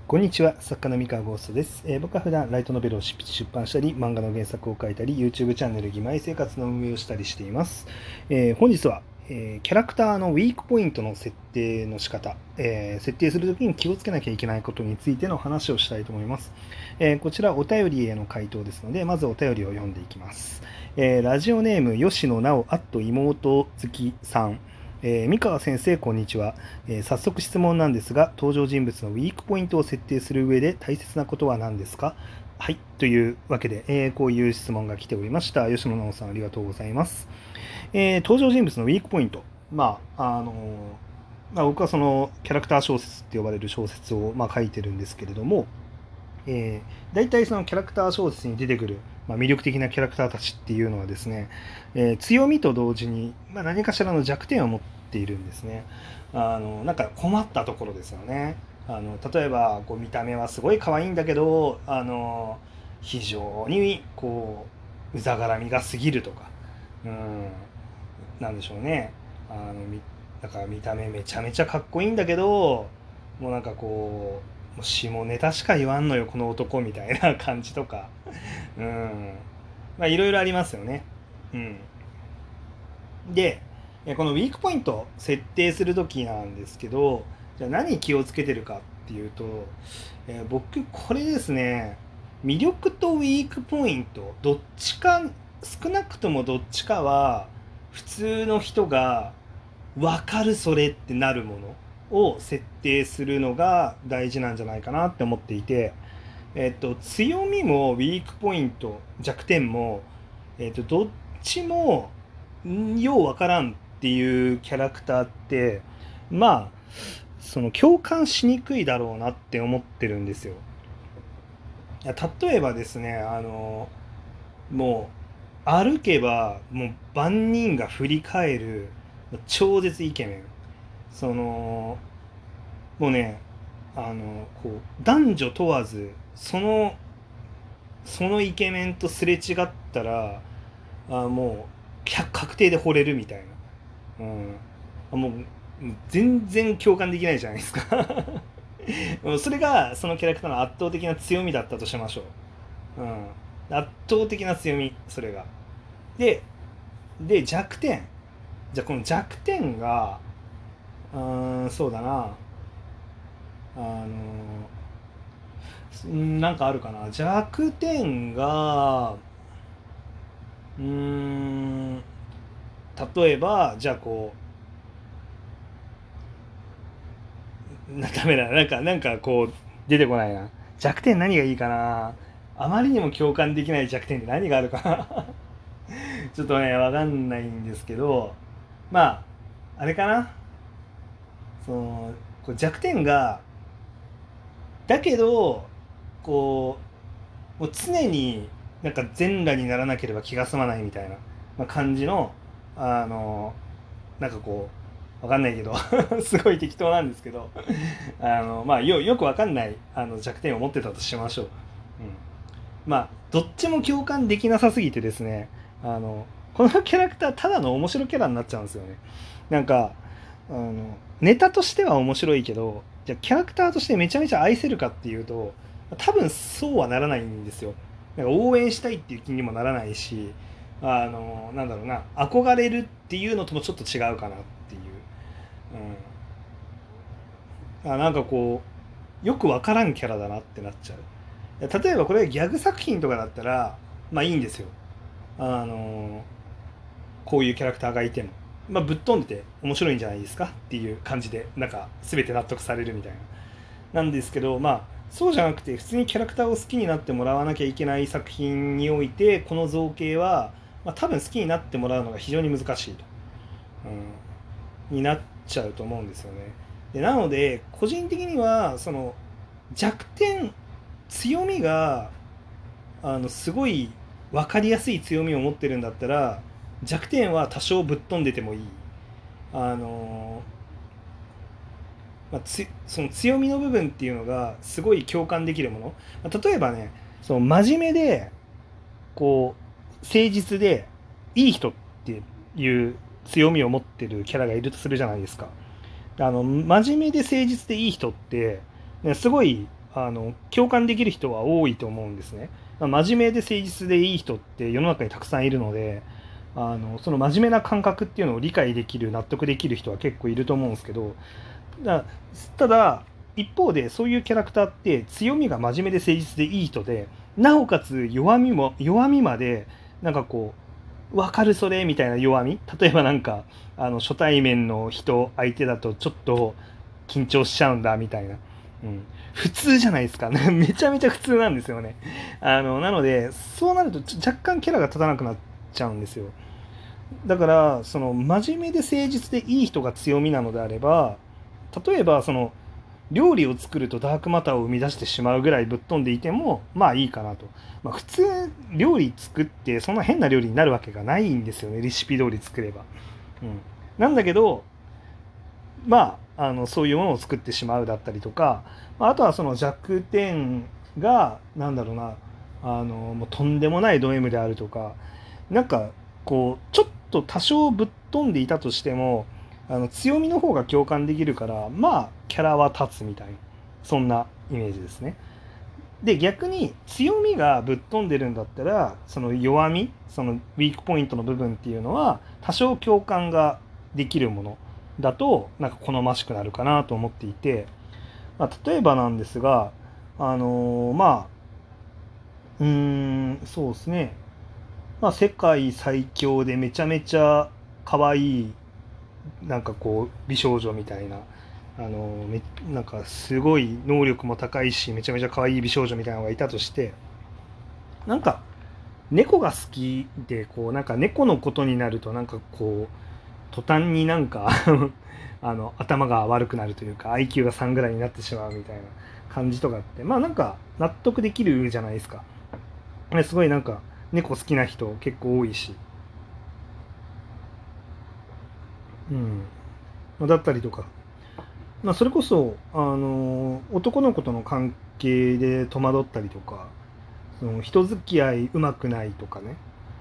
こんにちは、作家の三河ゴーストです。僕は普段ライトノベルを出版したり、漫画の原作を書いたり、YouTube チャンネル義妹生活の運営をしたりしています。本日は、キャラクターのウィークポイントの設定の仕方、設定するときに気をつけなきゃいけないことについての話をしたいと思います。こちらお便りへの回答ですので、まずお便りを読んでいきます。ラジオネーム吉野直妹月さん。三河先生こんにちは、早速質問なんですが、登場人物のウィークポイントを設定する上で大切なことは何ですか？はい、というわけで、こういう質問が来ておりました。吉野直さんありがとうございます。登場人物のウィークポイント、僕はそのキャラクター小説って呼ばれる小説を書いてるんですけれども、大体そのキャラクター小説に出てくる、魅力的なキャラクターたちっていうのはですね、強みと同時に、何かしらの弱点を持っているんですね。なんか困ったところですよね。例えばこう見た目はすごい可愛いんだけど、非常にこううざがらみが過ぎるとか、なんでしょうね。だから見た目めちゃめちゃかっこいいんだけど、もうなんかこうもう下ネタしか言わんのよこの男みたいな感じとか、いろいろありますよね。でこのウィークポイント設定する時なんですけど、じゃあ何気をつけてるかっていうと、僕これですね、魅力とウィークポイントどっちか、少なくともどっちかは普通の人が分かるそれってなるものを設定するのが大事なんじゃないかなって思っていて、強みもウィークポイント弱点も、どっちもようわからんっていうキャラクターってその共感しにくいだろうなって思ってるんですよ。いや例えばですね、もう歩けばもう万人が振り返る超絶イケメン、そのもうね、こう男女問わずそのイケメンとすれ違ったら、もう確定で惚れるみたいな、もう全然共感できないじゃないですかそれがそのキャラクターの圧倒的な強みだったとしましょう、圧倒的な強みそれが。で弱点、じゃあこの弱点がそうだな、あのなんかあるかな。弱点がうーん例えばじゃあこダメだ、なんかこう出てこないな。弱点何がいいかな。あまりにも共感できない弱点って何があるかなちょっとねわかんないんですけど、あれかな、そのこう弱点がだけどこもう常になんか全裸にならなければ気が済まないみたいな、感じの、あのなんかこうわかんないけどすごい適当なんですけど、よくわかんない弱点を持ってたとしましょう。どっちも共感できなさすぎてですね、このキャラクターただの面白キャラになっちゃうんですよね。なんかネタとしては面白いけど、じゃあキャラクターとしてめちゃめちゃ愛せるかっていうと多分そうはならないんですよ。なんか応援したいっていう気にもならないし、なんだろうな、憧れるっていうのともちょっと違うかなっていう、なんかこうよくわからんキャラだなってなっちゃう。例えばこれギャグ作品とかだったらいいんですよ。あのこういうキャラクターがいても、ぶっ飛んでて面白いんじゃないですかっていう感じで、なんか全て納得されるみたいな。なんですけど、そうじゃなくて普通にキャラクターを好きになってもらわなきゃいけない作品においてこの造形は、多分好きになってもらうのが非常に難しいと、になっちゃうと思うんですよね。でなので個人的にはその弱点、強みがすごい分かりやすい強みを持ってるんだったら弱点は多少ぶっ飛んでてもいい。あのその強みの部分っていうのがすごい共感できるもの、例えばね、その真面目でこう誠実でいい人っていう強みを持ってるキャラがいるとするじゃないですか。真面目で誠実でいい人って、ね、すごい共感できる人は多いと思うんですね。真面目で誠実でいい人って世の中にたくさんいるので、その真面目な感覚っていうのを理解できる、納得できる人は結構いると思うんですけど、だただ一方でそういうキャラクターって強みが真面目で誠実でいい人で、なおかつ弱みまでなんかこう分かるそれみたいな弱み、例えばなんか初対面の人相手だとちょっと緊張しちゃうんだみたいな、普通じゃないですかめちゃめちゃ普通なんですよね。なのでそうなると若干キャラが立たなくなっちゃうんですよ。だからその真面目で誠実でいい人が強みなのであれば、例えばその料理を作るとダークマターを生み出してしまうぐらいぶっ飛んでいてもまあいいかなと。普通料理作ってそんな変な料理になるわけがないんですよね、レシピ通り作れば。なんだけどそういうものを作ってしまうだったりとか、あとはその弱点がなんだろうな、もうとんでもないド M であるとか、なんかこうちょっと多少ぶっ飛んでいたとしても強みの方が共感できるから、キャラは立つみたいな、そんなイメージですね。で逆に強みがぶっ飛んでるんだったら、その弱み、そのウィークポイントの部分っていうのは多少共感ができるものだとなんか好ましくなるかなと思っていて、例えばなんですがそうですね、世界最強でめちゃめちゃ可愛いなんかこう美少女みたいな、なんかすごい能力も高いしめちゃめちゃ可愛い美少女みたいなのがいたとして、なんか猫が好きでこうなんか猫のことになるとなんかこう途端になんか頭が悪くなるというか IQ が3ぐらいになってしまうみたいな感じとかって、なんか納得できるじゃないですか。すごいなんか猫好きな人結構多いし、だったりとか、それこそ男の子との関係で戸惑ったりとか、その人付き合いうまくないとかね、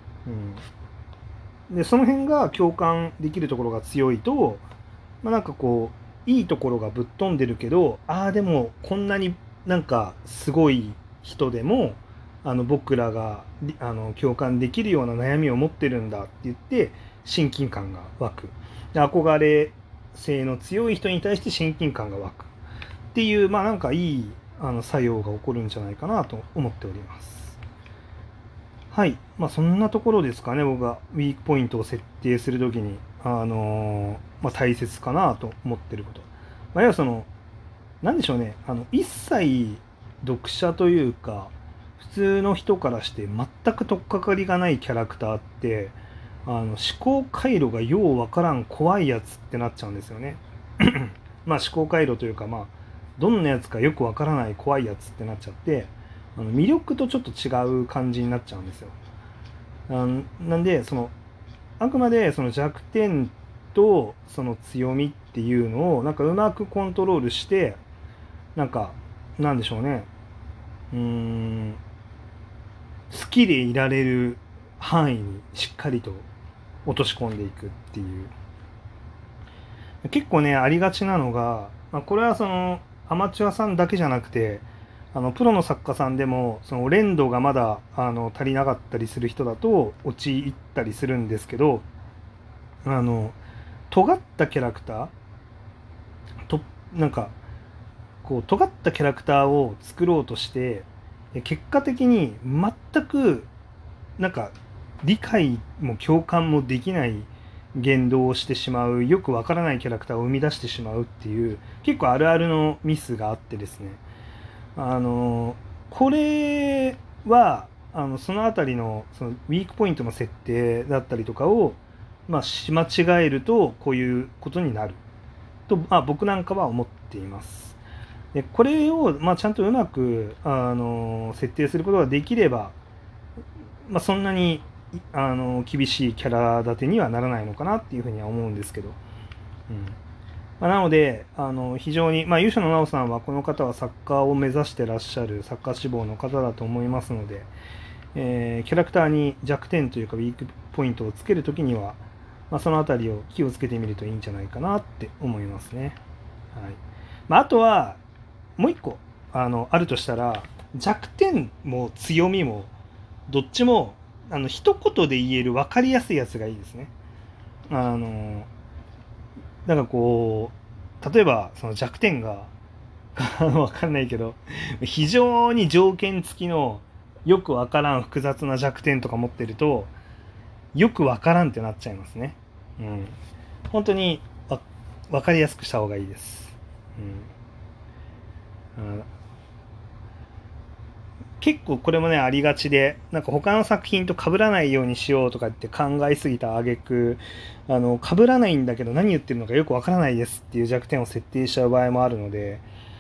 でその辺が共感できるところが強いと、なんかこういいところがぶっ飛んでるけど、でもこんなになんかすごい人でも僕らが共感できるような悩みを持ってるんだって言って親近感が湧く。で憧れ性の強い人に対して親近感が湧くっていう、なんかいい作用が起こるんじゃないかなと思っております。はい、そんなところですかね、僕がウィークポイントを設定するときに、大切かなと思ってること。要はその、なんでしょうね、一切読者というか、普通の人からして全く取っかかりがないキャラクターって、思考回路がようわからん怖いやつってなっちゃうんですよね。思考回路というか、どんなやつかよくわからない怖いやつってなっちゃって、魅力とちょっと違う感じになっちゃうんですよ。なんでそのあくまでその弱点とその強みっていうのをなんかうまくコントロールして、なんかなんでしょうね、好きでいられる範囲にしっかりと落とし込んでいくっていう。結構ねありがちなのが、これはそのアマチュアさんだけじゃなくてプロの作家さんでもその連度がまだ足りなかったりする人だと陥ったりするんですけど、尖ったキャラクターとなんかこう尖ったキャラクターを作ろうとして結果的に全くなんか理解も共感もできない言動をしてしまう、よくわからないキャラクターを生み出してしまうっていう結構あるあるのミスがあってですね、これはそのあたりのそのウィークポイントの設定だったりとかを、し間違えるとこういうことになると、僕なんかは思っています。でこれを、ちゃんとうまく設定することができれば、そんなに厳しいキャラ立てにはならないのかなっていうふうには思うんですけど、なので非常に、勇者の直さんはこの方は作家を目指してらっしゃる作家志望の方だと思いますので、キャラクターに弱点というかウィークポイントをつけるときには、そのあたりを気をつけてみるといいんじゃないかなって思いますね。はい。あとはもう一個あるとしたら、弱点も強みもどっちも一言で言える分かりやすいやつがいいですね。なんかこう例えばその弱点が分かんないけど、非常に条件付きのよく分からん複雑な弱点とか持ってると、よく分からんってなっちゃいますね。本当に分かりやすくした方がいいです。結構これもねありがちで、なんか他の作品と被らないようにしようとかって考えすぎた挙句、被らないんだけど何言ってるのかよくわからないですっていう弱点を設定しちゃう場合もあるので、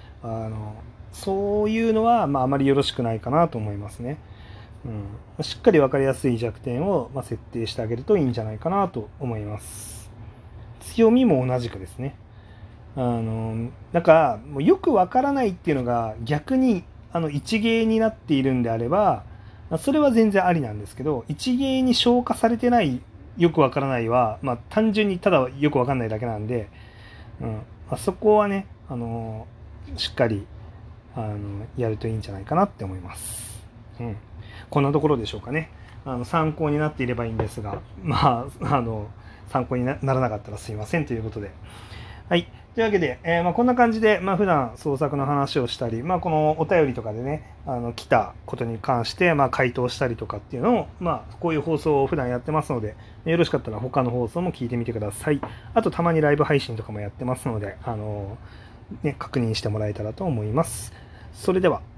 そういうのはあまりよろしくないかなと思いますね。しっかり分かりやすい弱点を設定してあげるといいんじゃないかなと思います。強みも同じくですね。なんかもうよく分からないっていうのが逆に一芸になっているんであれば、それは全然ありなんですけど、一芸に消化されてないよく分からないは、単純にただよく分かんないだけなんで、そこはね、しっかりやるといいんじゃないかなって思います。こんなところでしょうかね。参考になっていればいいんですが、参考にならなかったらすいませんということで。はい。というわけで、こんな感じで、普段創作の話をしたり、このお便りとかでね、来たことに関して、回答したりとかっていうのを、こういう放送を普段やってますので、よろしかったら他の放送も聞いてみてください。あと、たまにライブ配信とかもやってますので、確認してもらえたらと思います。それでは。